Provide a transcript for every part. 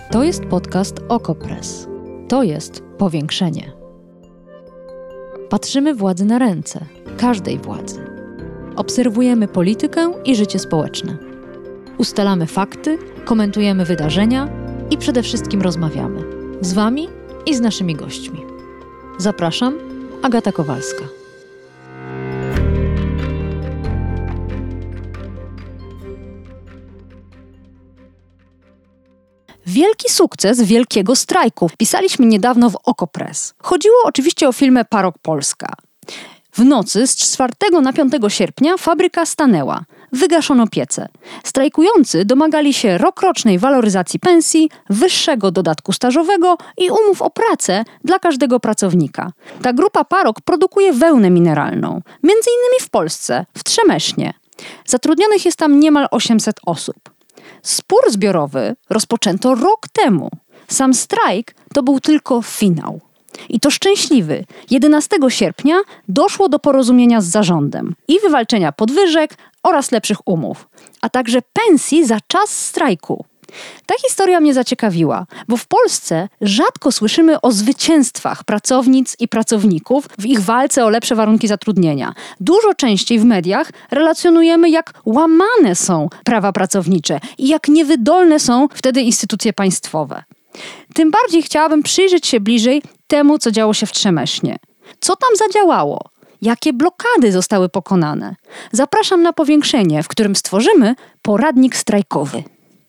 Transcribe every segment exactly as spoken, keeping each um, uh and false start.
To jest podcast Okopres. To jest powiększenie. Patrzymy władzy na ręce, każdej władzy. Obserwujemy politykę i życie społeczne. Ustalamy fakty, komentujemy wydarzenia i przede wszystkim rozmawiamy. Z Wami i z naszymi gośćmi. Zapraszam, Agata Kowalska. Wielki sukces wielkiego strajku pisaliśmy niedawno w Okopres. Chodziło oczywiście o firmę Parok Polska. W nocy z czwartego na piątego sierpnia fabryka stanęła. Wygaszono piece. Strajkujący domagali się rokrocznej waloryzacji pensji, wyższego dodatku stażowego i umów o pracę dla każdego pracownika. Ta grupa Parok produkuje wełnę mineralną, między innymi w Polsce, w Trzemesznie. Zatrudnionych jest tam niemal osiemset osób. Spór zbiorowy rozpoczęto rok temu. Sam strajk to był tylko finał. I to szczęśliwy. jedenastego sierpnia doszło do porozumienia z zarządem i wywalczenia podwyżek oraz lepszych umów, a także pensji za czas strajku. Ta historia mnie zaciekawiła, bo w Polsce rzadko słyszymy o zwycięstwach pracownic i pracowników w ich walce o lepsze warunki zatrudnienia. Dużo częściej w mediach relacjonujemy, jak łamane są prawa pracownicze i jak niewydolne są wtedy instytucje państwowe. Tym bardziej chciałabym przyjrzeć się bliżej temu, co działo się w Trzemesznie. Co tam zadziałało? Jakie blokady zostały pokonane? Zapraszam na powiększenie, w którym stworzymy poradnik strajkowy.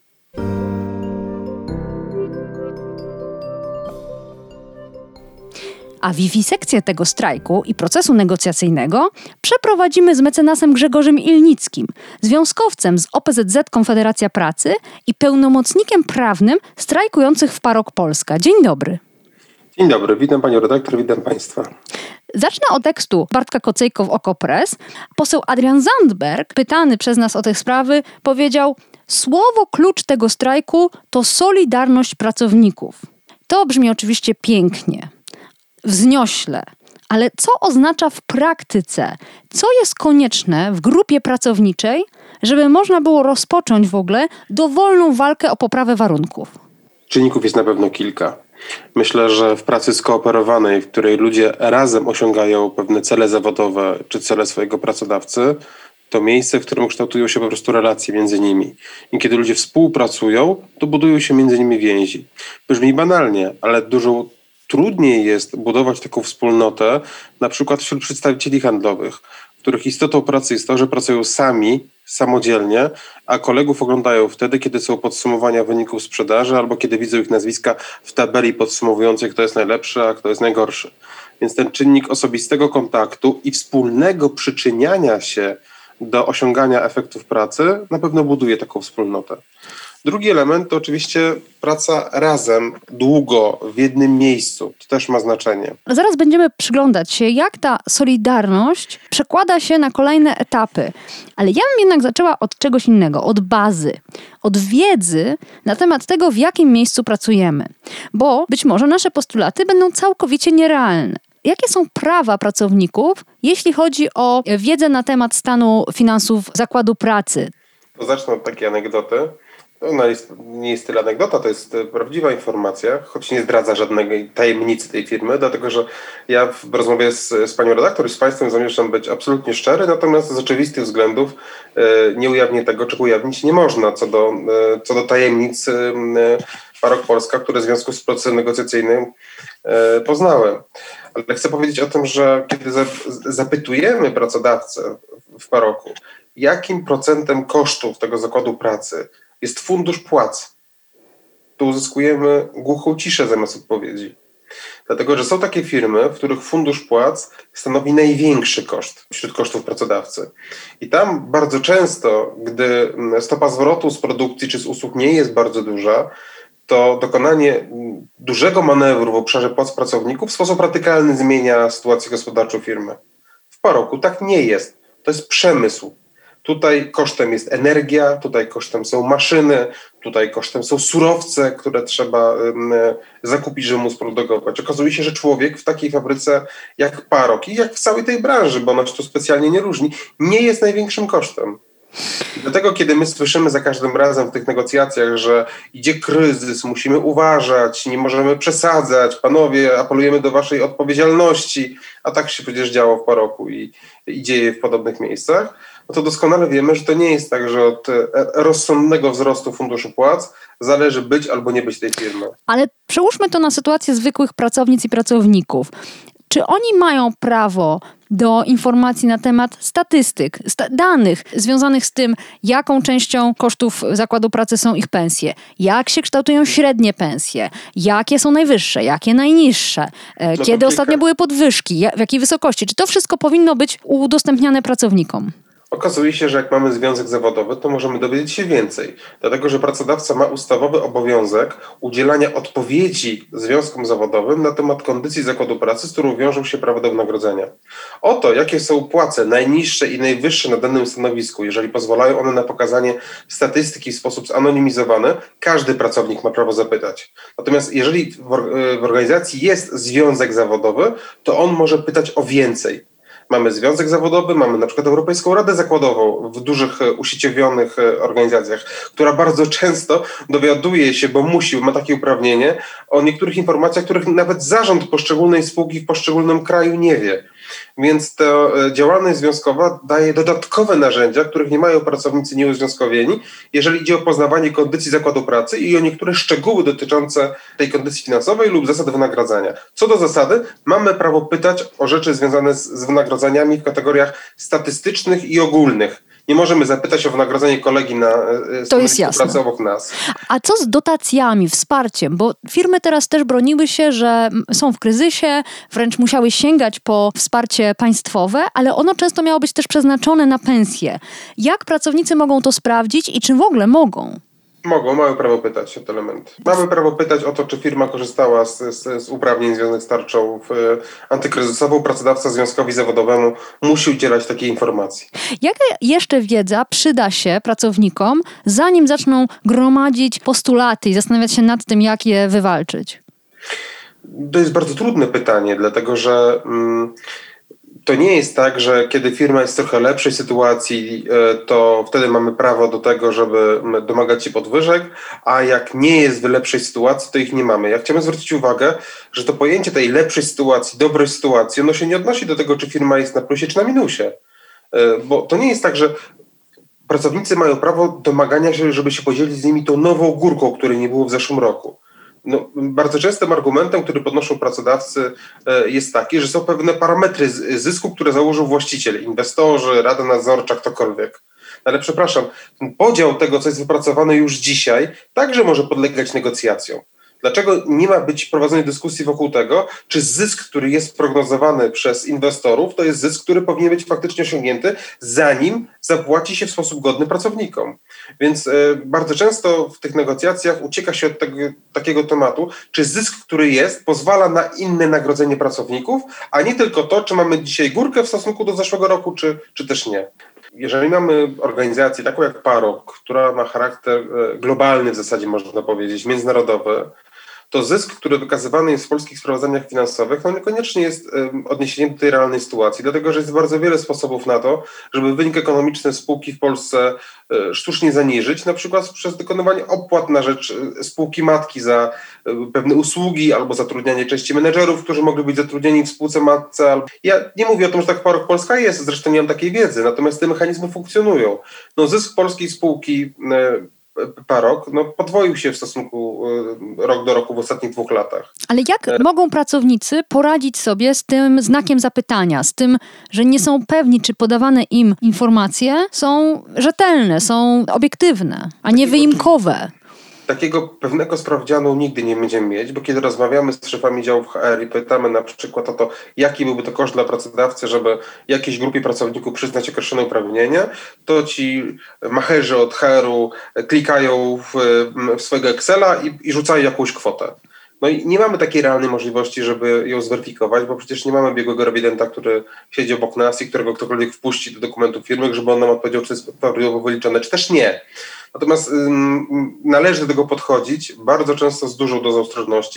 A wiwisekcję tego strajku i procesu negocjacyjnego przeprowadzimy z mecenasem Grzegorzem Ilnickim, związkowcem z O P Z Z Konfederacja Pracy i pełnomocnikiem prawnym strajkujących w Parok Polska. Dzień dobry. Dzień dobry, witam panią redaktor, witam państwa. Zacznę od tekstu Bartka Kocejko w Okopres. Poseł Adrian Zandberg, pytany przez nas o te sprawy, powiedział: słowo klucz tego strajku to solidarność pracowników. To brzmi oczywiście pięknie, wzniośle, ale co oznacza w praktyce? Co jest konieczne w grupie pracowniczej, żeby można było rozpocząć w ogóle dowolną walkę o poprawę warunków? Czynników jest na pewno kilka. Myślę, że w pracy skooperowanej, w której ludzie razem osiągają pewne cele zawodowe czy cele swojego pracodawcy, to miejsce, w którym kształtują się po prostu relacje między nimi. I kiedy ludzie współpracują, to budują się między nimi więzi. Brzmi banalnie, ale dużo trudniej jest budować taką wspólnotę, na przykład wśród przedstawicieli handlowych, których istotą pracy jest to, że pracują sami, samodzielnie, a kolegów oglądają wtedy, kiedy są podsumowania wyników sprzedaży albo kiedy widzą ich nazwiska w tabeli podsumowującej, kto jest najlepszy, a kto jest najgorszy. Więc ten czynnik osobistego kontaktu i wspólnego przyczyniania się do osiągania efektów pracy na pewno buduje taką wspólnotę. Drugi element to oczywiście praca razem, długo, w jednym miejscu. To też ma znaczenie. Zaraz będziemy przyglądać się, jak ta solidarność przekłada się na kolejne etapy. Ale ja bym jednak zaczęła od czegoś innego, od bazy, od wiedzy na temat tego, w jakim miejscu pracujemy. Bo być może nasze postulaty będą całkowicie nierealne. Jakie są prawa pracowników, jeśli chodzi o wiedzę na temat stanu finansów zakładu pracy? To zacznę od takiej anegdoty. Ona jest, nie jest tyle anegdota, to jest prawdziwa informacja, choć nie zdradza żadnej tajemnicy tej firmy, dlatego że ja w rozmowie z, z panią redaktor i z państwem zamierzam być absolutnie szczery, natomiast z oczywistych względów e, nie ujawnię tego, czego ujawnić nie można, co do, e, co do tajemnic e, Parok Polska, które w związku z procesem negocjacyjnym e, poznałem. Ale chcę powiedzieć o tym, że kiedy za, zapytujemy pracodawcę w Paroku, jakim procentem kosztów tego zakładu pracy jest fundusz płac, to uzyskujemy głuchą ciszę zamiast odpowiedzi. Dlatego, że są takie firmy, w których fundusz płac stanowi największy koszt wśród kosztów pracodawcy. I tam bardzo często, gdy stopa zwrotu z produkcji czy z usług nie jest bardzo duża, to dokonanie dużego manewru w obszarze płac pracowników w sposób radykalny zmienia sytuację gospodarczą firmy. W Paroku tak nie jest. To jest przemysł. Tutaj kosztem jest energia, tutaj kosztem są maszyny, tutaj kosztem są surowce, które trzeba um, zakupić, żeby móc produkować. Okazuje się, że człowiek w takiej fabryce jak Parok i jak w całej tej branży, bo ona się tu specjalnie nie różni, nie jest największym kosztem. Dlatego, kiedy my słyszymy za każdym razem w tych negocjacjach, że idzie kryzys, musimy uważać, nie możemy przesadzać, panowie, apelujemy do waszej odpowiedzialności, a tak się przecież działo w Paroku i, i dzieje w podobnych miejscach, no to doskonale wiemy, że to nie jest tak, że od rozsądnego wzrostu funduszu płac zależy być albo nie być tej firmy. Ale przełóżmy to na sytuację zwykłych pracownic i pracowników. Czy oni mają prawo do informacji na temat statystyk, sta- danych związanych z tym, jaką częścią kosztów zakładu pracy są ich pensje, jak się kształtują średnie pensje, jakie są najwyższe, jakie najniższe, e, No kiedy kilka... ostatnio były podwyżki, ja- w jakiej wysokości? Czy to wszystko powinno być udostępniane pracownikom? Okazuje się, że jak mamy związek zawodowy, to możemy dowiedzieć się więcej, dlatego że pracodawca ma ustawowy obowiązek udzielania odpowiedzi związkom zawodowym na temat kondycji zakładu pracy, z którą wiążą się prawa do wynagrodzenia. O to, jakie są płace najniższe i najwyższe na danym stanowisku, jeżeli pozwalają one na pokazanie statystyki w sposób zanonimizowany, każdy pracownik ma prawo zapytać. Natomiast jeżeli w, or- w organizacji jest związek zawodowy, to on może pytać o więcej. Mamy związek zawodowy, mamy na przykład Europejską Radę Zakładową w dużych, usieciowionych organizacjach, która bardzo często dowiaduje się, bo musi, bo ma takie uprawnienie, o niektórych informacjach, których nawet zarząd poszczególnej spółki w poszczególnym kraju nie wie. Więc ta działalność związkowa daje dodatkowe narzędzia, których nie mają pracownicy nieuzwiązkowieni, jeżeli idzie o poznawanie kondycji zakładu pracy i o niektóre szczegóły dotyczące tej kondycji finansowej lub zasad wynagradzania. Co do zasady, mamy prawo pytać o rzeczy związane z, z wynagrodzeniami w kategoriach statystycznych i ogólnych. Nie możemy zapytać o wynagrodzenie kolegi na stanowisku pracy obok nas. A co z dotacjami, wsparciem? Bo firmy teraz też broniły się, że są w kryzysie, wręcz musiały sięgać po wsparcie państwowe, ale ono często miało być też przeznaczone na pensje. Jak pracownicy mogą to sprawdzić i czy w ogóle mogą? Mogą, mamy prawo pytać o te elementy. Mamy prawo pytać o to, czy firma korzystała z, z, z uprawnień związanych z tarczą w, antykryzysową. Pracodawca związkowi zawodowemu musi udzielać takiej informacji. Jaka jeszcze wiedza przyda się pracownikom, zanim zaczną gromadzić postulaty i zastanawiać się nad tym, jak je wywalczyć? To jest bardzo trudne pytanie, dlatego że... Mm, To nie jest tak, że kiedy firma jest w trochę lepszej sytuacji, to wtedy mamy prawo do tego, żeby domagać się podwyżek, a jak nie jest w lepszej sytuacji, to ich nie mamy. Ja chciałbym zwrócić uwagę, że to pojęcie tej lepszej sytuacji, dobrej sytuacji, ono się nie odnosi do tego, czy firma jest na plusie, czy na minusie. Bo to nie jest tak, że pracownicy mają prawo domagania się, żeby się podzielić z nimi tą nową górką, której nie było w zeszłym roku. No, bardzo częstym argumentem, który podnoszą pracodawcy, jest taki, że są pewne parametry zysku, które założył właściciel, inwestorzy, rada nadzorcza, ktokolwiek. Ale przepraszam, ten podział tego, co jest wypracowane już dzisiaj, także może podlegać negocjacjom. Dlaczego nie ma być prowadzonej dyskusji wokół tego, czy zysk, który jest prognozowany przez inwestorów, to jest zysk, który powinien być faktycznie osiągnięty, zanim zapłaci się w sposób godny pracownikom. Więc y, bardzo często w tych negocjacjach ucieka się od tego, takiego tematu, czy zysk, który jest, pozwala na inne nagrodzenie pracowników, a nie tylko to, czy mamy dzisiaj górkę w stosunku do zeszłego roku, czy, czy też nie. Jeżeli mamy organizację taką jak Parok, która ma charakter globalny w zasadzie, można powiedzieć, międzynarodowy, to zysk, który wykazywany jest w polskich sprawozdaniach finansowych, no niekoniecznie jest odniesieniem do tej realnej sytuacji, dlatego że jest bardzo wiele sposobów na to, żeby wynik ekonomiczny spółki w Polsce sztucznie zaniżyć, na przykład przez dokonywanie opłat na rzecz spółki matki za pewne usługi albo zatrudnianie części menedżerów, którzy mogli być zatrudnieni w spółce matce. Ja nie mówię o tym, że tak Parok Polska jest, zresztą nie mam takiej wiedzy, natomiast te mechanizmy funkcjonują. No zysk polskiej spółki Parok no, podwoił się w stosunku rok do roku w ostatnich dwóch latach. Ale jak e... mogą pracownicy poradzić sobie z tym znakiem zapytania, z tym, że nie są pewni, czy podawane im informacje są rzetelne, są obiektywne, a nie wyimkowe? Takiego pewnego sprawdzianu nigdy nie będziemy mieć, bo kiedy rozmawiamy z szefami działów H R i pytamy na przykład o to, jaki byłby to koszt dla pracodawcy, żeby jakiejś grupie pracowników przyznać określone uprawnienia, to ci macherzy od H R-u klikają w, w swojego Excela i, i rzucają jakąś kwotę. No i nie mamy takiej realnej możliwości, żeby ją zweryfikować, bo przecież nie mamy biegłego rewidenta, który siedzi obok nas i którego ktokolwiek wpuści do dokumentów firmy, żeby on nam odpowiedział, czy jest prawidłowo wyliczone, czy też nie. Natomiast ym, należy do tego podchodzić bardzo często z dużą dozą ostrożności,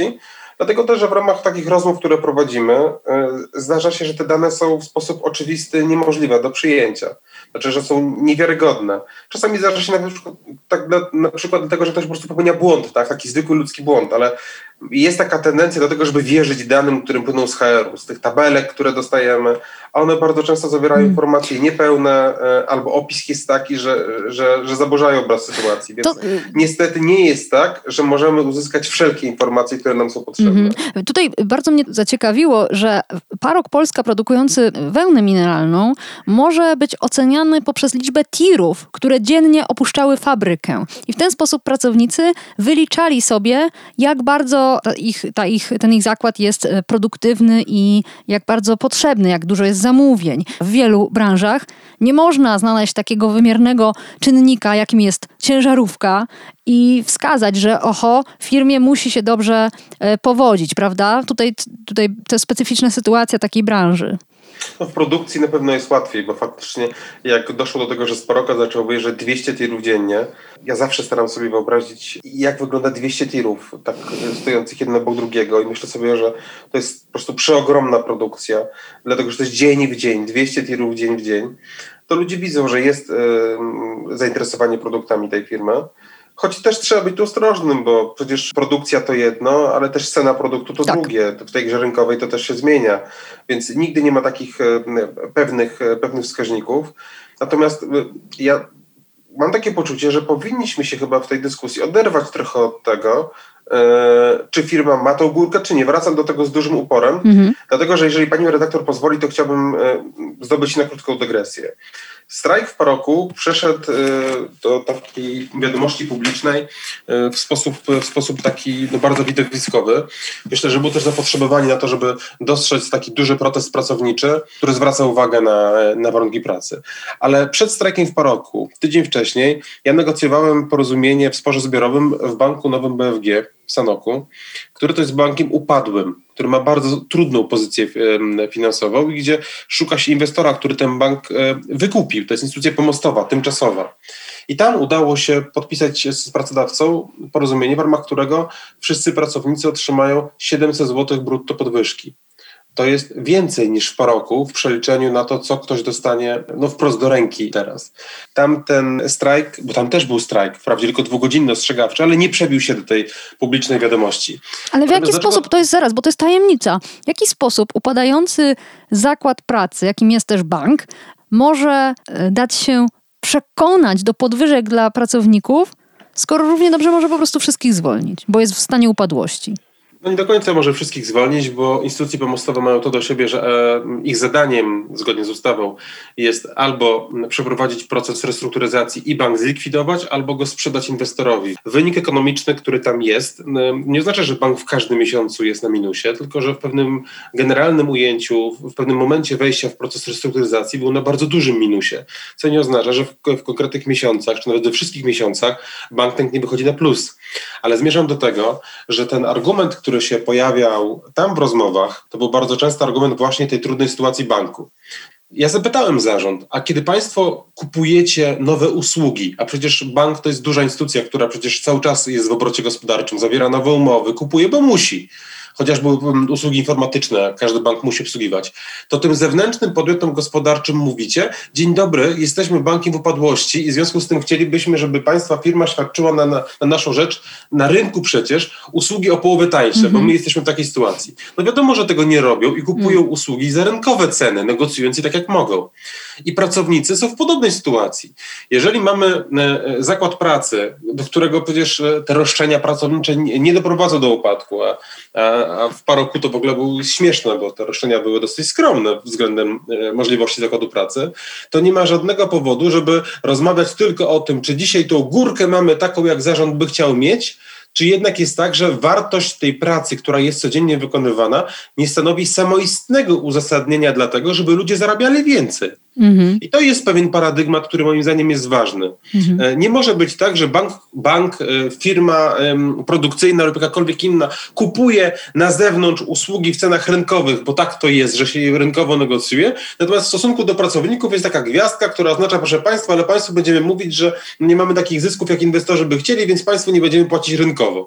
Dlatego też, że w ramach takich rozmów, które prowadzimy, zdarza się, że te dane są w sposób oczywisty niemożliwe do przyjęcia. Znaczy, że są niewiarygodne. Czasami zdarza się na przykład, tak na, na przykład dlatego, że ktoś po prostu popełnia błąd, tak? Taki zwykły ludzki błąd, ale jest taka tendencja do tego, żeby wierzyć danym, którym płyną z H R u, z tych tabelek, które dostajemy, a one bardzo często zawierają hmm. informacje niepełne, albo opis jest taki, że, że, że zaburzają obraz sytuacji. Więc to... niestety nie jest tak, że możemy uzyskać wszelkie informacje, które nam są potrzebne. Mm-hmm. Tutaj bardzo mnie zaciekawiło, że Paroc Polska produkujący wełnę mineralną może być oceniany poprzez liczbę tirów, które dziennie opuszczały fabrykę. I w ten sposób pracownicy wyliczali sobie, jak bardzo ta ich, ta ich, ten ich zakład jest produktywny i jak bardzo potrzebny, jak dużo jest zamówień. W wielu branżach nie można znaleźć takiego wymiernego czynnika, jakim jest ciężarówka i wskazać, że oho, firmie musi się dobrze e, powodzić, prawda? Tutaj, tutaj to jest specyficzna sytuacja takiej branży. No w produkcji na pewno jest łatwiej, bo faktycznie jak doszło do tego, że z Paroca zaczął wyjeżdżać dwieście tirów dziennie, ja zawsze staram sobie wyobrazić, jak wygląda dwieście tirów, tak stojących jeden obok drugiego i myślę sobie, że to jest po prostu przeogromna produkcja, dlatego że to jest dzień w dzień, dwieście tirów dzień w dzień. To ludzie widzą, że jest y, zainteresowanie produktami tej firmy. Choć też trzeba być tu ostrożnym, bo przecież produkcja to jedno, ale też cena produktu to tak. drugie. W tej grze rynkowej to też się zmienia. Więc nigdy nie ma takich pewnych, pewnych wskaźników. Natomiast ja mam takie poczucie, że powinniśmy się chyba w tej dyskusji oderwać trochę od tego, czy firma ma tą górkę, czy nie. Wracam do tego z dużym uporem, mhm. dlatego że jeżeli pani redaktor pozwoli, to chciałbym zdobyć na krótką dygresję. Strajk w Parocu przeszedł do takiej wiadomości publicznej w sposób, w sposób taki no, bardzo widowiskowy. Myślę, że było też zapotrzebowanie na to, żeby dostrzec taki duży protest pracowniczy, który zwraca uwagę na, na warunki pracy. Ale przed strajkiem w Parocu, tydzień wcześniej, ja negocjowałem porozumienie w sporze zbiorowym w banku Nowym B F G w Sanoku, który to jest bankiem upadłym, który ma bardzo trudną pozycję finansową i gdzie szuka się inwestora, który ten bank wykupił. To jest instytucja pomostowa, tymczasowa. I tam udało się podpisać z pracodawcą porozumienie, w ramach którego wszyscy pracownicy otrzymają siedemset złotych brutto podwyżki. To jest więcej niż w Parocu w przeliczeniu na to, co ktoś dostanie no, wprost do ręki teraz. Tam ten strajk, bo tam też był strajk, wprawdzie tylko dwugodzinny, ostrzegawczy, ale nie przebił się do tej publicznej wiadomości. Ale w jaki Dlaczego... sposób, to jest zaraz, bo to jest tajemnica, w jaki sposób upadający zakład pracy, jakim jest też bank, może dać się przekonać do podwyżek dla pracowników, skoro równie dobrze może po prostu wszystkich zwolnić, bo jest w stanie upadłości? No nie do końca może wszystkich zwolnić, bo instytucje pomostowe mają to do siebie, że e, ich zadaniem, zgodnie z ustawą, jest albo przeprowadzić proces restrukturyzacji i bank zlikwidować, albo go sprzedać inwestorowi. Wynik ekonomiczny, który tam jest, e, nie oznacza, że bank w każdym miesiącu jest na minusie, tylko że w pewnym generalnym ujęciu, w pewnym momencie wejścia w proces restrukturyzacji był na bardzo dużym minusie, co nie oznacza, że w, w konkretnych miesiącach, czy nawet we wszystkich miesiącach bank ten nie wychodzi na plus. Ale zmierzam do tego, że ten argument, który który się pojawiał tam w rozmowach, to był bardzo często argument właśnie tej trudnej sytuacji banku. Ja zapytałem zarząd, a kiedy państwo kupujecie nowe usługi, a przecież bank to jest duża instytucja, która przecież cały czas jest w obrocie gospodarczym, zawiera nowe umowy, kupuje, bo musi. Chociażby usługi informatyczne, każdy bank musi obsługiwać, to tym zewnętrznym podmiotom gospodarczym mówicie: dzień dobry, jesteśmy bankiem w upadłości i w związku z tym chcielibyśmy, żeby państwa firma świadczyła na, na, na naszą rzecz, na rynku przecież, usługi o połowę tańsze, mm-hmm. bo my jesteśmy w takiej sytuacji. No wiadomo, że tego nie robią i kupują mm. usługi za rynkowe ceny, negocjując je tak jak mogą. I pracownicy są w podobnej sytuacji. Jeżeli mamy e, zakład pracy, do którego przecież te roszczenia pracownicze nie, nie doprowadzą do upadku, a, a a w Parocu to w ogóle było śmieszne, bo te roszczenia były dosyć skromne względem e, możliwości zakładu pracy, to nie ma żadnego powodu, żeby rozmawiać tylko o tym, czy dzisiaj tą górkę mamy taką, jak zarząd by chciał mieć, czy jednak jest tak, że wartość tej pracy, która jest codziennie wykonywana, nie stanowi samoistnego uzasadnienia dla tego, żeby ludzie zarabiali więcej. Mhm. I to jest pewien paradygmat, który moim zdaniem jest ważny. Mhm. Nie może być tak, że bank, bank firma produkcyjna lub jakakolwiek inna kupuje na zewnątrz usługi w cenach rynkowych, bo tak to jest, że się je rynkowo negocjuje, natomiast w stosunku do pracowników jest taka gwiazdka, która oznacza: proszę państwa, ale państwu będziemy mówić, że nie mamy takich zysków, jak inwestorzy by chcieli, więc państwu nie będziemy płacić rynkowo.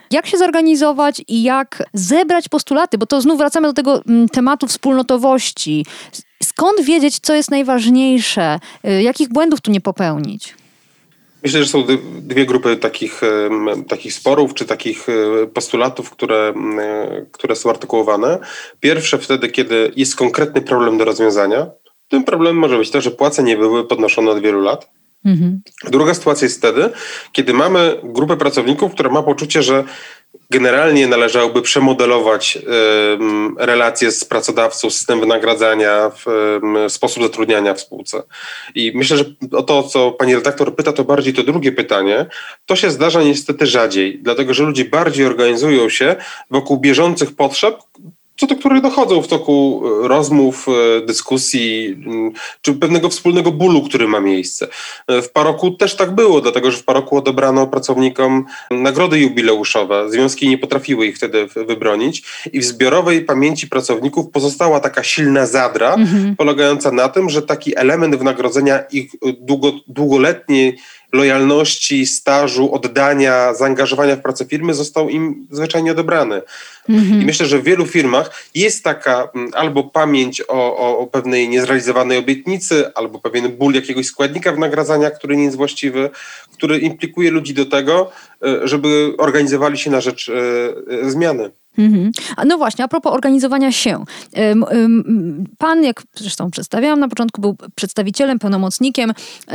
Jak się zorganizować i jak zebrać postulaty, bo to znów wracamy do tego m, tematu wspólnotowości. Skąd wiedzieć, co jest najważniejsze? Y, jakich błędów tu nie popełnić? Myślę, że są dwie grupy takich, takich sporów, czy takich postulatów, które, które są artykułowane. Pierwsze wtedy, kiedy jest konkretny problem do rozwiązania. Tym problemem może być to, że płace nie były podnoszone od wielu lat. Mhm. Druga sytuacja jest wtedy, kiedy mamy grupę pracowników, która ma poczucie, że generalnie należałoby przemodelować y, relacje z pracodawcą, system wynagradzania, w, y, sposób zatrudniania w spółce. I myślę, że o to, co pani redaktor pyta, to bardziej to drugie pytanie. To się zdarza niestety rzadziej, dlatego że ludzie bardziej organizują się wokół bieżących potrzeb, co do których dochodzą w toku rozmów, dyskusji, czy pewnego wspólnego bólu, który ma miejsce. W Paroku też tak było, dlatego że w Paroku odebrano pracownikom nagrody jubileuszowe. Związki nie potrafiły ich wtedy wybronić i w zbiorowej pamięci pracowników pozostała taka silna zadra, mhm. polegająca na tym, że taki element wynagrodzenia ich długo, długoletniej lojalności, stażu, oddania, zaangażowania w pracę firmy został im zwyczajnie odebrany. Mhm. I myślę, że w wielu firmach jest taka albo pamięć o, o, o pewnej niezrealizowanej obietnicy, albo pewien ból jakiegoś składnika wynagradzania, który nie jest właściwy, który implikuje ludzi do tego, żeby organizowali się na rzecz e, zmiany. Mhm. A no właśnie, a propos organizowania się. Pan, jak zresztą przedstawiałam na początku, był przedstawicielem, pełnomocnikiem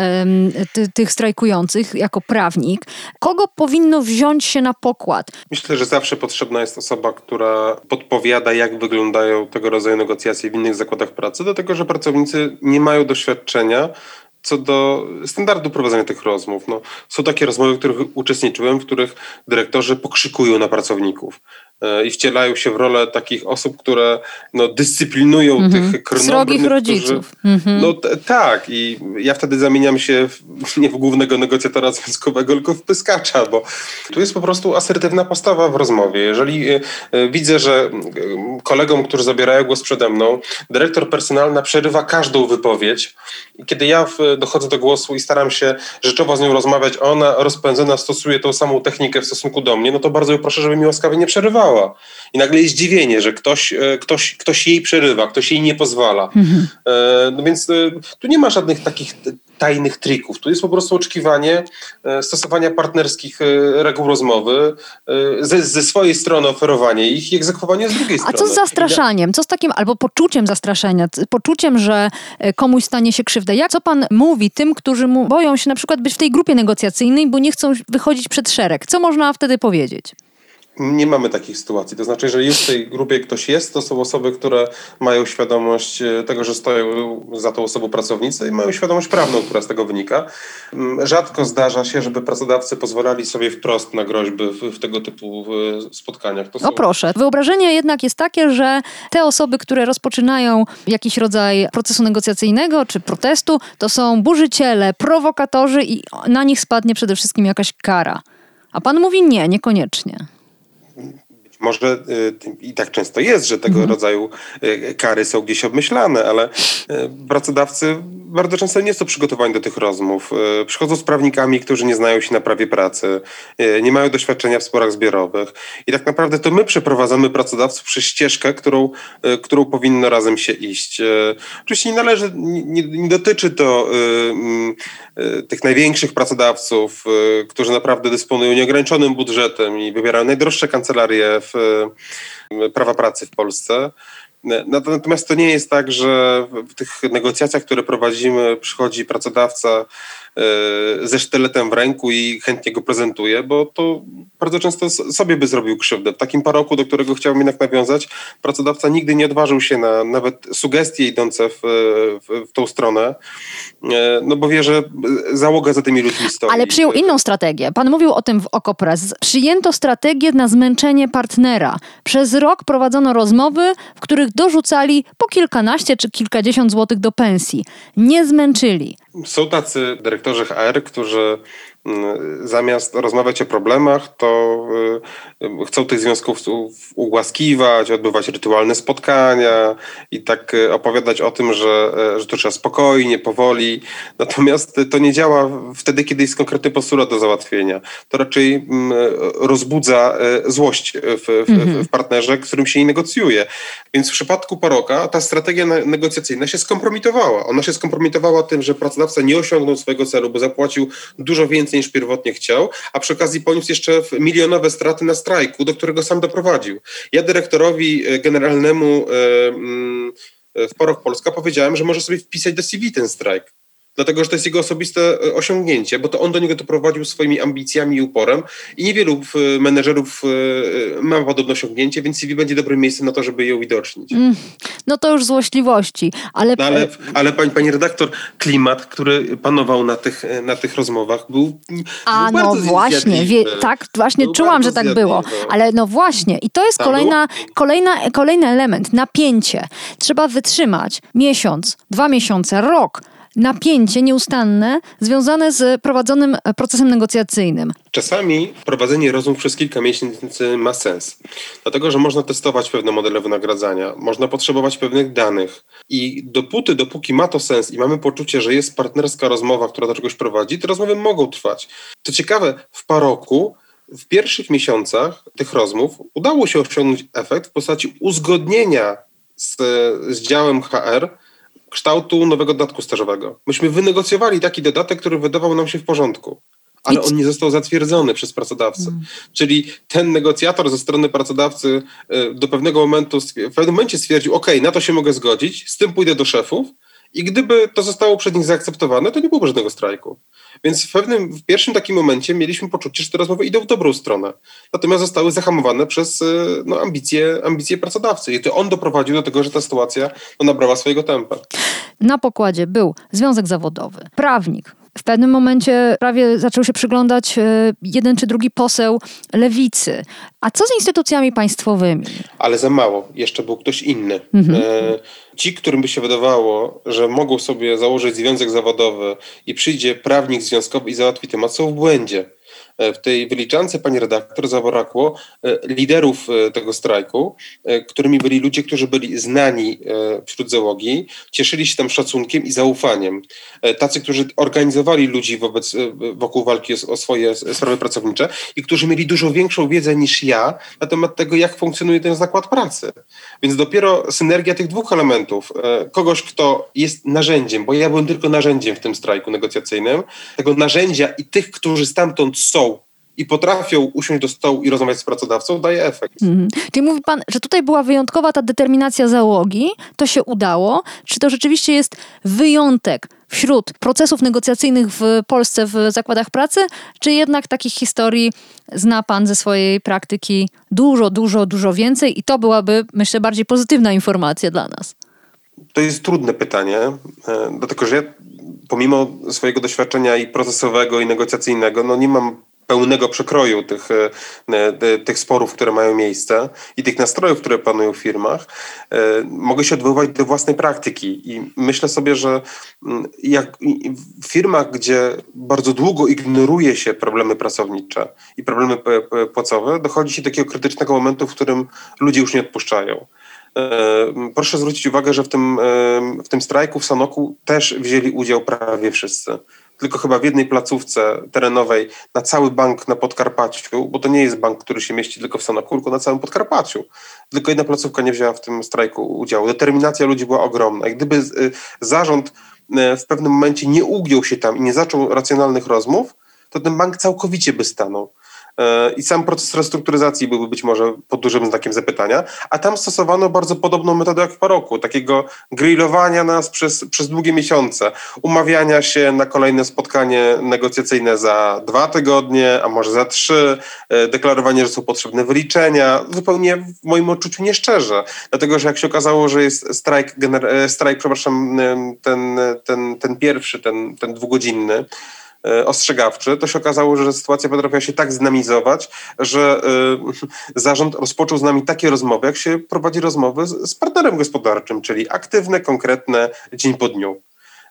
ty, tych strajkujących jako prawnik. Kogo powinno wziąć się na pokład? Myślę, że zawsze potrzebna jest osoba, która podpowiada, jak wyglądają tego rodzaju negocjacje w innych zakładach pracy, dlatego że pracownicy nie mają doświadczenia co do standardu prowadzenia tych rozmów. No, są takie rozmowy, w których uczestniczyłem, w których dyrektorzy pokrzykują na pracowników i wcielają się w rolę takich osób, które no, dyscyplinują mm-hmm. tych krnąbrnych. Srogich rodziców. Którzy, mm-hmm. No t- tak i ja wtedy zamieniam się w, nie w głównego negocjatora związkowego, tylko w pyskacza, bo tu jest po prostu asertywna postawa w rozmowie. Jeżeli y, y, widzę, że y, kolegom, którzy zabierają głos przede mną, dyrektor personalny przerywa każdą wypowiedź i kiedy ja w, dochodzę do głosu i staram się rzeczowo z nią rozmawiać, a ona rozpędzona stosuje tą samą technikę w stosunku do mnie, no to bardzo ją proszę, żeby mi łaskawie nie przerywała. I nagle jest zdziwienie, że ktoś, ktoś, ktoś jej przerywa, ktoś jej nie pozwala. Mhm. No więc tu nie ma żadnych takich tajnych trików. Tu jest po prostu oczekiwanie stosowania partnerskich reguł rozmowy, ze, ze swojej strony oferowanie ich i egzekwowanie z drugiej strony. A co z zastraszaniem? Co z takim albo poczuciem zastraszenia? Poczuciem, że komuś stanie się krzywda? Jak, co pan mówi tym, którzy mu boją się na przykład być w tej grupie negocjacyjnej, bo nie chcą wychodzić przed szereg? Co można wtedy powiedzieć? Nie mamy takich sytuacji. To znaczy, jeżeli już w tej grupie ktoś jest, to są osoby, które mają świadomość tego, że stoją za tą osobą pracownicy i mają świadomość prawną, która z tego wynika. Rzadko zdarza się, żeby pracodawcy pozwalali sobie wprost na groźby w, w tego typu spotkaniach. To są... No proszę. Wyobrażenie jednak jest takie, że te osoby, które rozpoczynają jakiś rodzaj procesu negocjacyjnego czy protestu, to są burzyciele, prowokatorzy i na nich spadnie przede wszystkim jakaś kara. A pan mówi nie, niekoniecznie. Być może y, i tak często jest, że tego mhm. rodzaju y, kary są gdzieś obmyślane, ale y, pracodawcy bardzo często nie są przygotowani do tych rozmów. Y, przychodzą z prawnikami, którzy nie znają się na prawie pracy, y, nie mają doświadczenia w sporach zbiorowych i tak naprawdę to my przeprowadzamy pracodawców przez ścieżkę, którą, y, którą powinno razem się iść. Y, oczywiście nie należy, nie, nie dotyczy to y, y, tych największych pracodawców, y, którzy naprawdę dysponują nieograniczonym budżetem i wybierają najdroższe kancelarie w prawa pracy w Polsce. Natomiast to nie jest tak, że w tych negocjacjach, które prowadzimy, przychodzi pracodawca ze sztyletem w ręku i chętnie go prezentuje, bo to bardzo często sobie by zrobił krzywdę. W takim Paroku, do którego chciałbym jednak nawiązać, pracodawca nigdy nie odważył się na nawet sugestie idące w, w, w tą stronę, no bo wie, że załoga za tymi ludźmi stoi. Ale przyjął inną strategię. Pan mówił o tym w Okopres. Przyjęto strategię na zmęczenie partnera. Przez rok prowadzono rozmowy, w których dorzucali po kilkanaście czy kilkadziesiąt złotych do pensji. Nie zmęczyli. Są tacy dyrektorzy H R, którzy zamiast rozmawiać o problemach, to chcą tych związkowców ugłaskiwać, odbywać rytualne spotkania i tak opowiadać o tym, że, że to trzeba spokojnie, powoli. Natomiast to nie działa wtedy, kiedy jest konkretny postulat do załatwienia. To raczej rozbudza złość w, w, w partnerze, z którym się nie negocjuje. Więc w przypadku Paroka ta strategia negocjacyjna się skompromitowała. Ona się skompromitowała tym, że pracodawca nie osiągnął swojego celu, bo zapłacił dużo więcej niż pierwotnie chciał, a przy okazji poniósł jeszcze milionowe straty na strajku, do którego sam doprowadził. Ja dyrektorowi generalnemu w Parok Polska powiedziałem, że może sobie wpisać do C V ten strajk. Dlatego, że to jest jego osobiste osiągnięcie, bo to on do niego doprowadził swoimi ambicjami i uporem i niewielu menedżerów ma podobne osiągnięcie, więc C V będzie dobrym miejscem na to, żeby je uwidocznić. Mm, no to już złośliwości. Ale, no ale, ale pani, pani redaktor, klimat, który panował na tych, na tych rozmowach był, A był no bardzo właśnie, wie, tak, właśnie był czułam, że tak zjadliwy. było. Ale no właśnie, i to jest kolejna, kolejna, kolejny element, napięcie. Trzeba wytrzymać miesiąc, dwa miesiące, rok. Napięcie nieustanne związane z prowadzonym procesem negocjacyjnym. Czasami prowadzenie rozmów przez kilka miesięcy ma sens, dlatego że można testować pewne modele wynagradzania, można potrzebować pewnych danych i dopóty, dopóki ma to sens i mamy poczucie, że jest partnerska rozmowa, która do czegoś prowadzi, te rozmowy mogą trwać. Co ciekawe, w Paroku w pierwszych miesiącach tych rozmów udało się osiągnąć efekt w postaci uzgodnienia z, z działem H R kształtu nowego dodatku stażowego. Myśmy wynegocjowali taki dodatek, który wydawał nam się w porządku, ale on nie został zatwierdzony przez pracodawcę. Hmm. Czyli ten negocjator ze strony pracodawcy do pewnego momentu, w pewnym momencie stwierdził, ok, na to się mogę zgodzić, z tym pójdę do szefów i gdyby to zostało przez nich zaakceptowane, to nie byłoby żadnego strajku. Więc w pewnym, w pierwszym takim momencie mieliśmy poczucie, że te rozmowy idą w dobrą stronę. Natomiast zostały zahamowane przez no, ambicje, ambicje pracodawcy. I to on doprowadził do tego, że ta sytuacja no, nabrała swojego tempa. Na pokładzie był związek zawodowy, prawnik. W pewnym momencie prawie zaczął się przyglądać jeden czy drugi poseł lewicy. A co z instytucjami państwowymi? Ale za mało. Jeszcze był ktoś inny. Mhm. E, ci, którym by się wydawało, że mogą sobie założyć związek zawodowy i przyjdzie prawnik związkowy i załatwi temat, są w błędzie. W tej wyliczance, pani redaktor, zabrakło liderów tego strajku, którymi byli ludzie, którzy byli znani wśród załogi, cieszyli się tam szacunkiem i zaufaniem. Tacy, którzy organizowali ludzi wobec, wokół walki o swoje sprawy pracownicze i którzy mieli dużo większą wiedzę niż ja na temat tego, jak funkcjonuje ten zakład pracy. Więc dopiero synergia tych dwóch elementów, kogoś, kto jest narzędziem, bo ja byłem tylko narzędziem w tym strajku negocjacyjnym, tego narzędzia i tych, którzy stamtąd są i potrafią usiąść do stołu i rozmawiać z pracodawcą, daje efekt. Mhm. Czyli mówi pan, że tutaj była wyjątkowa ta determinacja załogi, to się udało. Czy to rzeczywiście jest wyjątek wśród procesów negocjacyjnych w Polsce w zakładach pracy, czy jednak takich historii zna pan ze swojej praktyki dużo, dużo, dużo więcej i to byłaby, myślę, bardziej pozytywna informacja dla nas? To jest trudne pytanie, dlatego że ja pomimo swojego doświadczenia i procesowego, i negocjacyjnego, no nie mam pełnego przekroju tych, tych sporów, które mają miejsce i tych nastrojów, które panują w firmach, mogę się odwoływać do własnej praktyki i myślę sobie, że jak w firmach, gdzie bardzo długo ignoruje się problemy pracownicze i problemy płacowe, dochodzi się do takiego krytycznego momentu, w którym ludzie już nie odpuszczają. Proszę zwrócić uwagę, że w tym, w tym strajku w Sanoku też wzięli udział prawie wszyscy. Tylko chyba w jednej placówce terenowej na cały bank na Podkarpaciu, bo to nie jest bank, który się mieści tylko w Sanoku, tylko na całym Podkarpaciu. Tylko jedna placówka nie wzięła w tym strajku udziału. Determinacja ludzi była ogromna. I gdyby zarząd w pewnym momencie nie ugiął się tam i nie zaczął racjonalnych rozmów, to ten bank całkowicie by stanął. I sam proces restrukturyzacji byłby być może pod dużym znakiem zapytania, a tam stosowano bardzo podobną metodę jak w Paroku, takiego grillowania nas przez, przez długie miesiące, umawiania się na kolejne spotkanie negocjacyjne za dwa tygodnie, a może za trzy, deklarowanie, że są potrzebne wyliczenia, zupełnie w moim odczuciu nieszczerze, dlatego że jak się okazało, że jest strajk, gener- strajk przepraszam, ten, ten, ten pierwszy, ten, ten dwugodzinny, ostrzegawczy, to się okazało, że sytuacja potrafiła się tak zdynamizować, że y, zarząd rozpoczął z nami takie rozmowy, jak się prowadzi rozmowy z, z partnerem gospodarczym, czyli aktywne, konkretne, dzień po dniu.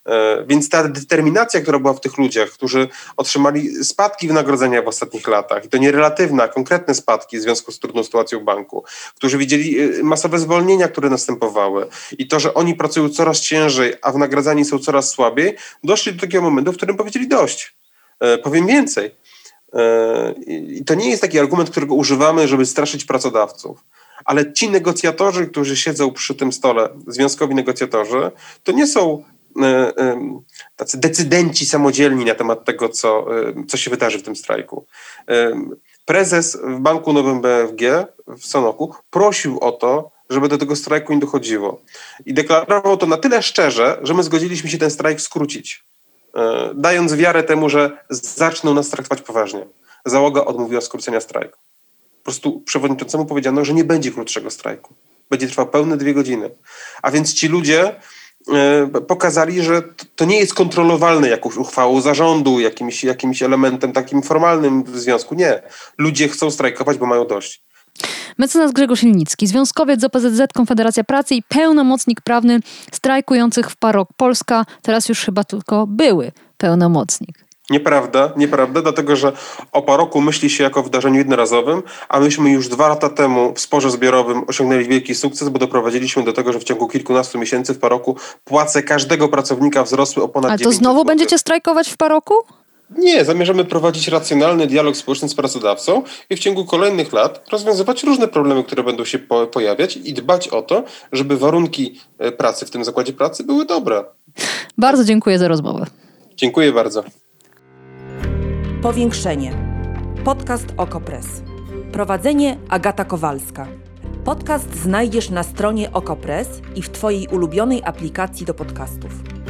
Więc ta determinacja, która była w tych ludziach, którzy otrzymali spadki wynagrodzenia w ostatnich latach, i to nie relatywne, a konkretne spadki w związku z trudną sytuacją w banku, którzy widzieli masowe zwolnienia, które następowały i to, że oni pracują coraz ciężej, a wynagradzani są coraz słabiej, doszli do takiego momentu, w którym powiedzieli dość. Powiem więcej. I to nie jest taki argument, którego używamy, żeby straszyć pracodawców. Ale ci negocjatorzy, którzy siedzą przy tym stole, związkowi negocjatorzy, to nie są tacy decydenci samodzielni na temat tego, co, co się wydarzy w tym strajku. Prezes w Banku Nowym B F G w Sanoku prosił o to, żeby do tego strajku nie dochodziło. I deklarował to na tyle szczerze, że my zgodziliśmy się ten strajk skrócić, dając wiarę temu, że zaczną nas traktować poważnie. Załoga odmówiła skrócenia strajku. Po prostu przewodniczącemu powiedziano, że nie będzie krótszego strajku. Będzie trwał pełne dwie godziny. A więc ci ludzie y, pokazali, że to nie jest kontrolowalne jakąś uchwałą zarządu, jakimś, jakimś elementem takim formalnym w związku. Nie. Ludzie chcą strajkować, bo mają dość. Mecenas Grzegorz Ilnicki, związkowiec z O P Z Z Konfederacja Pracy i pełnomocnik prawny strajkujących w Parok Polska. Teraz już chyba tylko były pełnomocnik. Nieprawda, nieprawda, dlatego że o Paroku myśli się jako o wydarzeniu jednorazowym, a myśmy już dwa lata temu w sporze zbiorowym osiągnęli wielki sukces, bo doprowadziliśmy do tego, że w ciągu kilkunastu miesięcy w Paroku płace każdego pracownika wzrosły o ponad Ale to dziewięćset znowu złotych. będziecie strajkować w Paroku? Nie, zamierzamy prowadzić racjonalny dialog społeczny z pracodawcą i w ciągu kolejnych lat rozwiązywać różne problemy, które będą się po- pojawiać i dbać o to, żeby warunki pracy w tym zakładzie pracy były dobre. Bardzo dziękuję za rozmowę. Dziękuję bardzo. Powiększenie. Podcast Okopres. Prowadzenie Agata Kowalska. Podcast znajdziesz na stronie Okopres i w Twojej ulubionej aplikacji do podcastów.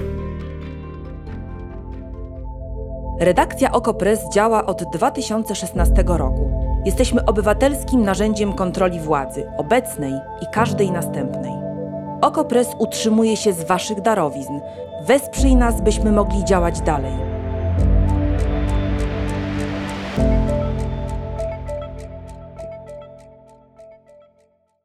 Redakcja Okopres działa od dwa tysiące szesnastego roku. Jesteśmy obywatelskim narzędziem kontroli władzy, obecnej i każdej następnej. Okopres utrzymuje się z Waszych darowizn. Wesprzyj nas, byśmy mogli działać dalej.